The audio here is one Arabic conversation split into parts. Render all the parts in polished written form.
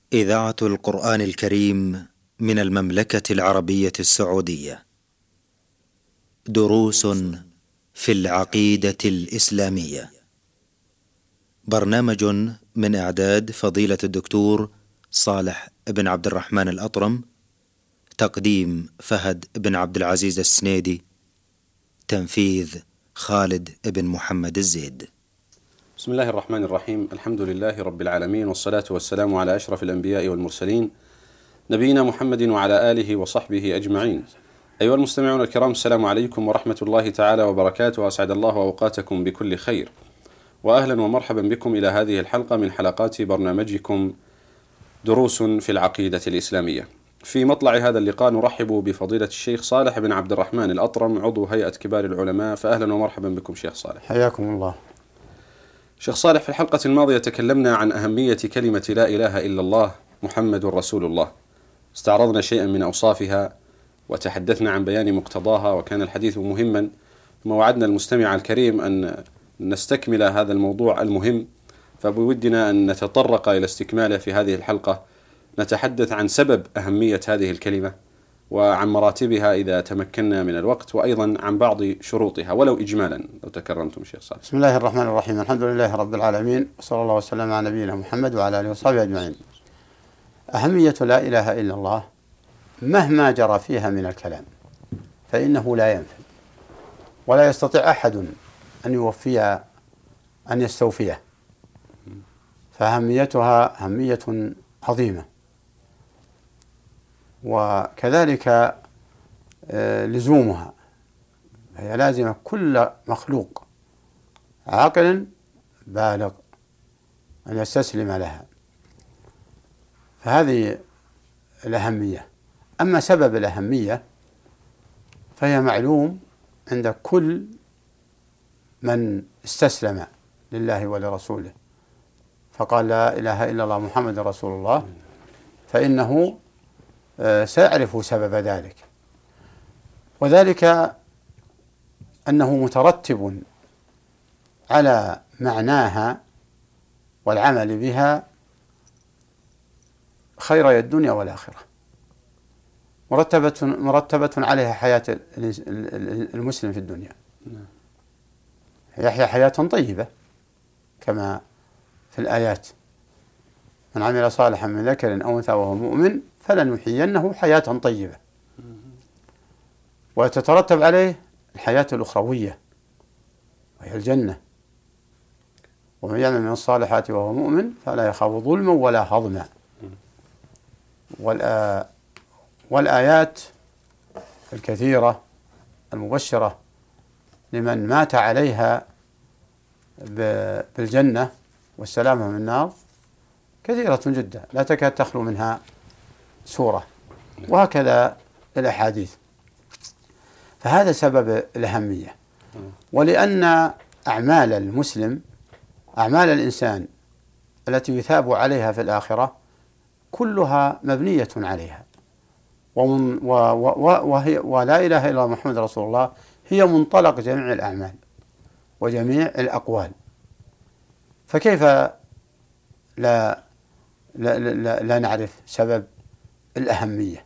إذاعة القرآن الكريم من المملكة العربية السعودية. دروس في العقيدة الإسلامية. برنامج من إعداد فضيلة الدكتور صالح بن عبد الرحمن الأطرم. تقديم فهد بن عبد العزيز السنيدي. تنفيذ خالد بن محمد الزيد. بسم الله الرحمن الرحيم. الحمد لله رب العالمين، والصلاة والسلام على أشرف الأنبياء والمرسلين، نبينا محمد وعلى آله وصحبه أجمعين. أيها المستمعون الكرام، السلام عليكم ورحمة الله تعالى وبركاته. أسعد الله أوقاتكم بكل خير، وأهلا ومرحبا بكم إلى هذه الحلقة من حلقات برنامجكم دروس في العقيدة الإسلامية. في مطلع هذا اللقاء نرحب بفضيلة الشيخ صالح بن عبد الرحمن الأطرم، عضو هيئة كبار العلماء. فأهلا ومرحبا بكم شيخ صالح. حياكم الله. شيخ صالح، في الحلقة الماضية تكلمنا عن أهمية كلمة لا إله إلا الله محمد رسول الله، استعرضنا شيئا من أوصافها وتحدثنا عن بيان مقتضاها، وكان الحديث مهما، ثم وعدنا المستمع الكريم أن نستكمل هذا الموضوع المهم، فبودنا أن نتطرق إلى استكماله في هذه الحلقة. نتحدث عن سبب أهمية هذه الكلمة، وعن مراتبها إذا تمكنا من الوقت، وأيضا عن بعض شروطها ولو إجمالا لو تكرمتم شيخ صالح. بسم الله الرحمن الرحيم. الحمد لله رب العالمين، وصلى الله وسلم على نبينا محمد وعلى آله وصحبه أجمعين. أهمية لا إله إلا الله مهما جرى فيها من الكلام فإنه لا ينفع، ولا يستطيع أحد أن يوفيها أن يستوفيه، فأهميتها أهمية عظيمة. وكذلك لزومها، هي لازمة كل مخلوق عاقل بالغ أن يستسلم لها، فهذه الأهمية. أما سبب الأهمية فهي معلوم عند كل من استسلم لله ولرسوله فقال لا إله إلا الله محمد رسول الله، فإنه سيعرف سبب ذلك، وذلك أنه مترتب على معناها والعمل بها خير الدنيا والآخرة، مرتبة عليها حياة المسلم في الدنيا، يحيا حياة طيبة كما في الآيات: من عمل صالحا من ذكر أو أنثى وهو مؤمن فلنحيينه حياة طيبة، وتترتب عليه الحياة الأخروية وهي الجنة. ومن يعمل من الصالحات وهو مؤمن فلا يخاف ظلما ولا هضما. والآيات الكثيرة المبشرة لمن مات عليها بالجنة والسلامة من النار كثيرة جدا، لا تكاد تخلو منها سورة، وهكذا الأحاديث. فهذا سبب الأهمية. ولأن أعمال المسلم، أعمال الإنسان التي يثاب عليها في الآخرة كلها مبنية عليها، ولا إله إلا الله محمد رسول الله هي منطلق جميع الأعمال وجميع الأقوال. فكيف لا نعرف سبب الأهمية؟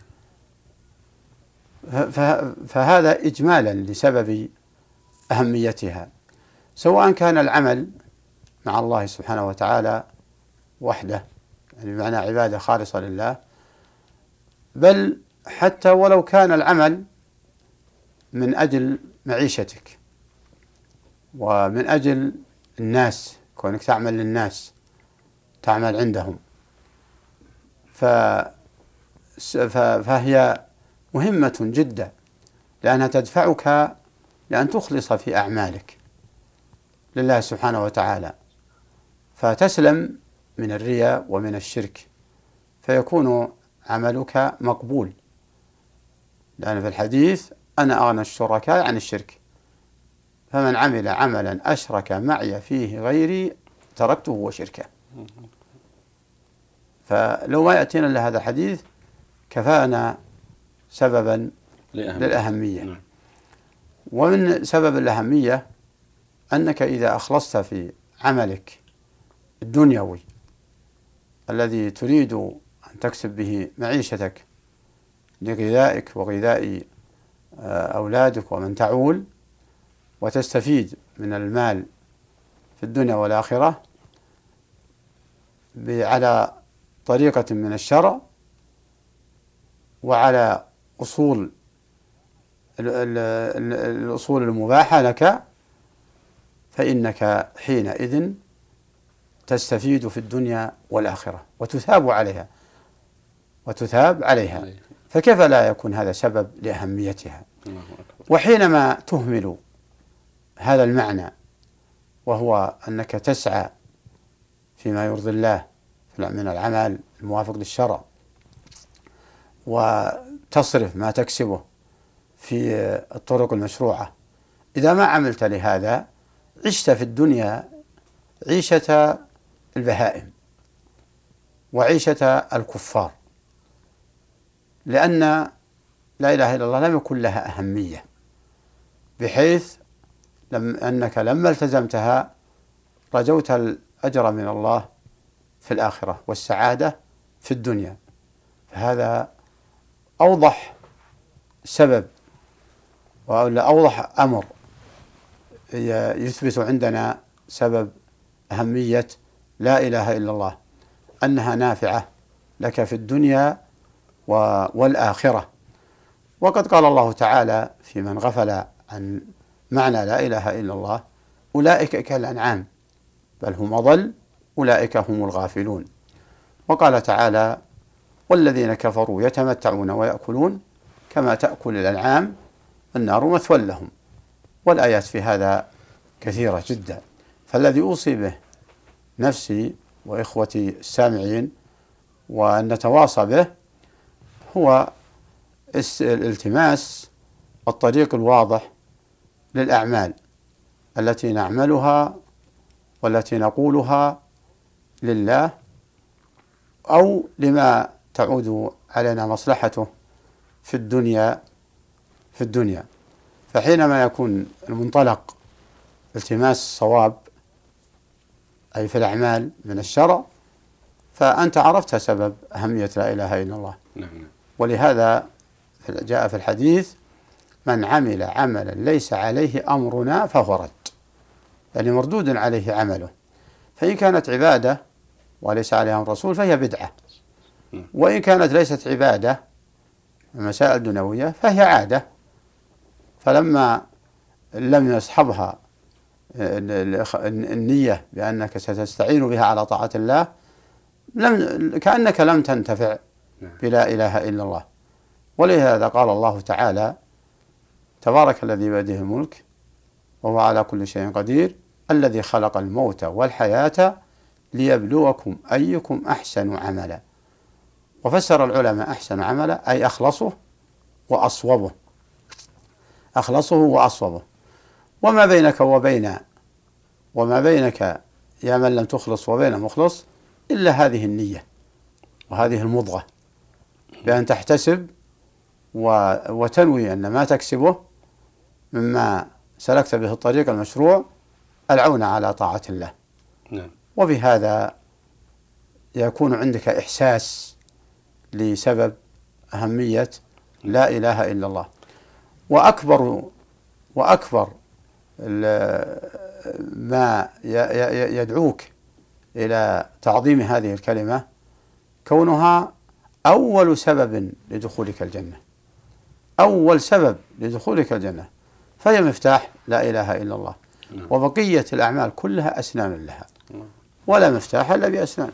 فهذا إجمالا لسبب أهميتها، سواء كان العمل مع الله سبحانه وتعالى وحده، يعني بمعنى عبادة خالصة لله، بل حتى ولو كان العمل من أجل معيشتك ومن أجل الناس، كونك تعمل للناس، تعمل عندهم، فهي مهمة جدا، لأنها تدفعك لأن تخلص في أعمالك لله سبحانه وتعالى، فتسلم من الرياء ومن الشرك، فيكون عملك مقبول. لأن في الحديث: أنا أغنى الشركاء عن الشرك، فمن عمل عملا أشرك معي فيه غيري تركته وشركه. فلو ما يأتينا إلا هذا الحديث كفانا سببا للأهمية. ومن سبب الأهمية أنك إذا أخلصت في عملك الدنيوي الذي تريد أن تكسب به معيشتك لغذائك وغذاء أولادك ومن تعول، وتستفيد من المال في الدنيا والآخرة على طريقة من الشرع وعلى الأصول المباحة لك، فإنك حينئذ تستفيد في الدنيا والآخرة وتثاب عليها. فكيف لا يكون هذا سبب لأهميتها؟ وحينما تهمل هذا المعنى، وهو أنك تسعى فيما يرضي الله من العمل الموافق للشرع، وتصرف ما تكسبه في الطرق المشروعة، إذا ما عملت لهذا عشت في الدنيا عيشة البهائم وعيشة الكفار، لأن لا إله إلا الله لم يكن لها أهمية، بحيث أنك لما التزمتها رجوت الأجر من الله في الآخرة والسعادة في الدنيا. فهذا أوضح سبب ولا أوضح أمر يثبت عندنا سبب أهمية لا إله إلا الله، أنها نافعة لك في الدنيا والآخرة. وقد قال الله تعالى في من غفل عن معنى لا إله إلا الله: أولئك كالأنعام بل هم أضل أولئك هم الغافلون. وقال تعالى: والذين كفروا يتمتعون ويأكلون كما تأكل الأنعام النار مثوى لهم. والآيات في هذا كثيرة جدا. فالذي أوصي به نفسي وإخوتي السامعين وأن نتواصى به هو الالتماس الطريق الواضح للأعمال التي نعملها والتي نقولها لله أو لما تعود علينا مصلحته في الدنيا. فحينما يكون المنطلق التماس الصواب أي في الأعمال من الشرع، فأنت عرفت سبب أهمية لا إله إلا الله. ولهذا جاء في الحديث: من عمل عملا ليس عليه أمرنا فهو رد، يعني مردود عليه عمله. فإن كانت عبادة وليس عليها أمر الرسول فهي بدعة، وإن كانت ليست عبادة مسائل دنيوية فهي عادة. فلما لم يصحبها النية بأنك ستستعين بها على طاعة الله، كأنك لم تنتفع بلا إله إلا الله. ولهذا قال الله تعالى: تبارك الذي بيده الملك وهو على كل شيء قدير الذي خلق الموت والحياة ليبلوكم أيكم أحسن عملا. وفسر العلماء أحسن عملا أي أخلصه وأصوبه. وما بينك يا من لم تخلص وبين مخلص إلا هذه النية وهذه المضغة، بأن تحتسب وتنوي أن ما تكسبه مما سلكت به الطريق المشروع العون على طاعة الله. وبهذا يكون عندك إحساس لسبب أهمية لا إله إلا الله. وأكبر ما يدعوك إلى تعظيم هذه الكلمة كونها أول سبب لدخولك الجنة، فهي مفتاح لا إله إلا الله. وبقية الأعمال كلها أسنان لها، ولا مفتاح إلا بأسنان.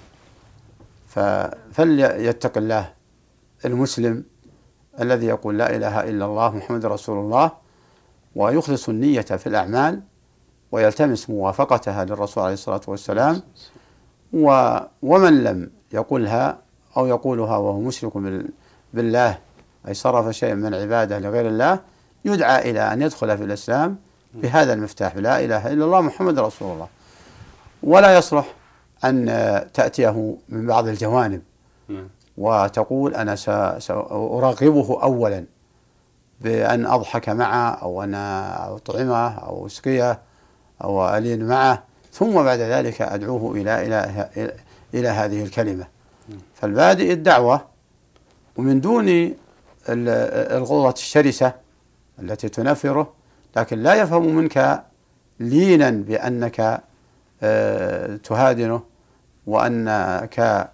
فليتق الله المسلم الذي يقول لا إله إلا الله محمد رسول الله، ويخلص النية في الأعمال ويلتمس موافقتها للرسول عليه الصلاة والسلام. ومن لم يقولها أو يقولها وهو مشرك بالله أي صرف شيئا من العبادة لغير الله، يدعى إلى أن يدخل في الإسلام بهذا المفتاح لا إله إلا الله محمد رسول الله. ولا يصلح أن تأتيه من بعض الجوانب وتقول أنا سأرغبه أولا بأن أضحك معه أو أنا أطعمه أو أسقيه أو ألين معه، ثم بعد ذلك أدعوه إلى هذه الكلمة. فالبادئ الدعوة، ومن دون الغلظة الشرسة التي تنفره، لكن لا يفهم منك لينا بأنك تهادنه وأنك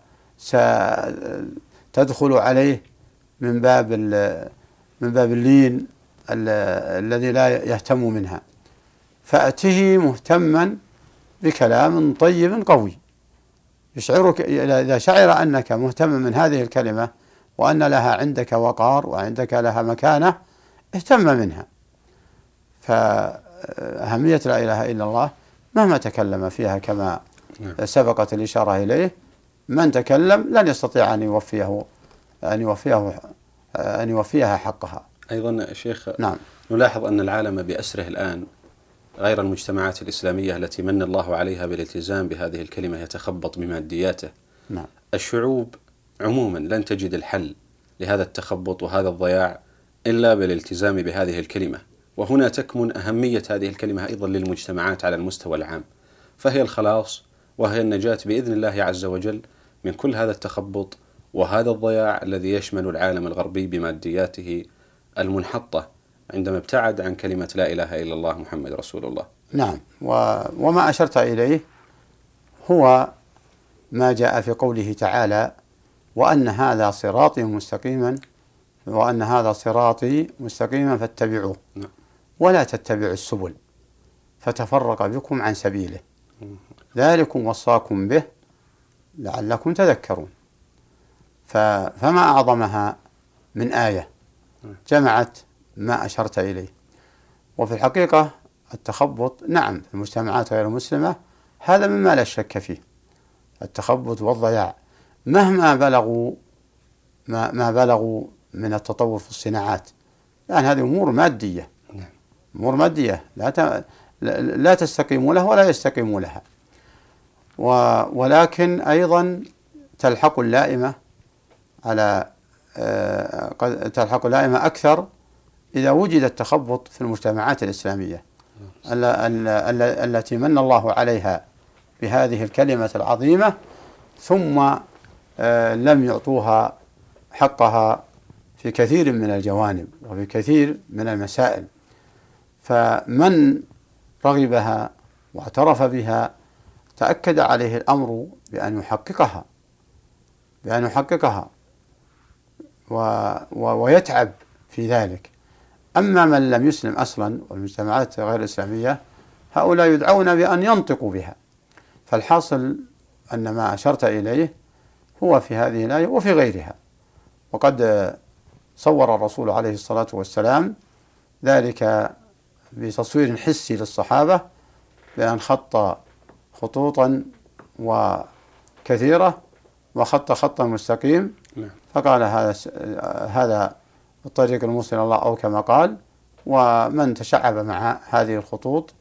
ستدخل عليه من باب اللين الذي لا يهتم منها. فأته مهتما بكلام طيب قوي يشعرك، إذا شعر أنك مهتم من هذه الكلمة وأن لها عندك وقار وعندك لها مكانة اهتم منها. فأهمية لا إله إلا الله مهما تكلم فيها كما سبقت الإشارة إليه، من تكلم لن يستطيع أن يوفيها حقها. أيضا شيخ، نعم. نلاحظ أن العالم بأسره الآن غير المجتمعات الإسلامية التي من الله عليها بالالتزام بهذه الكلمة يتخبط بمادياته. نعم. الشعوب عموما لن تجد الحل لهذا التخبط وهذا الضياع إلا بالالتزام بهذه الكلمة، وهنا تكمن أهمية هذه الكلمة أيضا للمجتمعات على المستوى العام، فهي الخلاص وهي النجاة بإذن الله عز وجل من كل هذا التخبط وهذا الضياع الذي يشمل العالم الغربي بمادياته المنحطة عندما ابتعد عن كلمة لا إله إلا الله محمد رسول الله. نعم. وما أشرت إليه هو ما جاء في قوله تعالى: وأن هذا صراطي مستقيما فاتبعوه ولا تتبعوا السبل فتفرق بكم عن سبيله ذلكم وصاكم به لعلكم تذكرون. فما أعظمها من آية جمعت ما أشرت إليه. وفي الحقيقة التخبط نعم في المجتمعات غير المسلمة هذا مما لا شك فيه، التخبط والضياع مهما بلغوا ما بلغوا من التطور في الصناعات، يعني هذه أمور مادية، أمور مادية لا تستقيم له ولا يستقيم لها. ولكن أيضا تلحق اللائمة أكثر إذا وجد التخبط في المجتمعات الإسلامية التي من الله عليها بهذه الكلمة العظيمة، ثم لم يعطوها حقها في كثير من الجوانب وفي كثير من المسائل. فمن رغبها واعترف بها تأكد عليه الأمر بأن يحققها ويتعب في ذلك. أما من لم يسلم أصلا والمجتمعات غير الإسلامية هؤلاء يدعون بأن ينطقوا بها. فالحاصل أن ما أشرت إليه هو في هذه الآية وفي غيرها. وقد صور الرسول عليه الصلاة والسلام ذلك بتصوير حسي للصحابة بأن خط خطوطا وكثيرة وخط خطا مستقيم، فقال هذا الطريق الموصل إلى الله، أو كما قال: ومن تشعب مع هذه الخطوط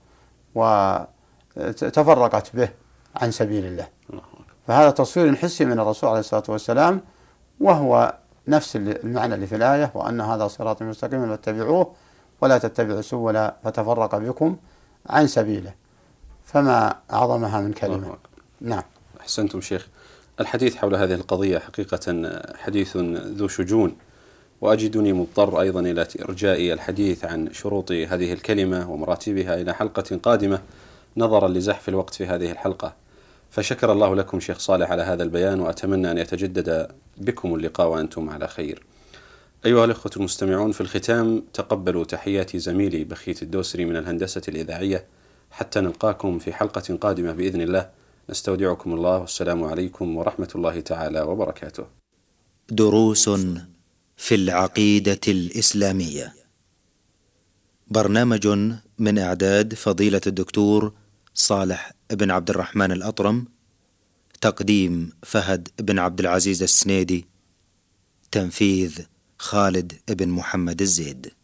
وتفرقت به عن سبيل الله. فهذا تصوير حسي من الرسول عليه الصلاة والسلام، وهو نفس المعنى اللي في الآية: وأن هذا صراطي مستقيما فاتبعوه ولا تتبعوا السبل فتفرق بكم عن سبيله. فما أعظمها من كلمة. نعم. أحسنتم شيخ. الحديث حول هذه القضية حقيقة حديث ذو شجون، وأجدني مضطر أيضا إلى إرجاء الحديث عن شروط هذه الكلمة ومراتبها إلى حلقة قادمة نظرا لزحف الوقت في هذه الحلقة. فشكر الله لكم شيخ صالح على هذا البيان، وأتمنى أن يتجدد بكم اللقاء وأنتم على خير. أيها الأخوة المستمعون، في الختام تقبلوا تحيات زميلي بخيت الدوسري من الهندسة الإذاعية، حتى نلقاكم في حلقة قادمة بإذن الله. نستودعكم الله، والسلام عليكم ورحمة الله تعالى وبركاته. دروس في العقيدة الإسلامية، برنامج من إعداد فضيلة الدكتور صالح بن عبد الرحمن الأطرم، تقديم فهد بن عبد العزيز السنيدي، تنفيذ خالد بن محمد الزيد.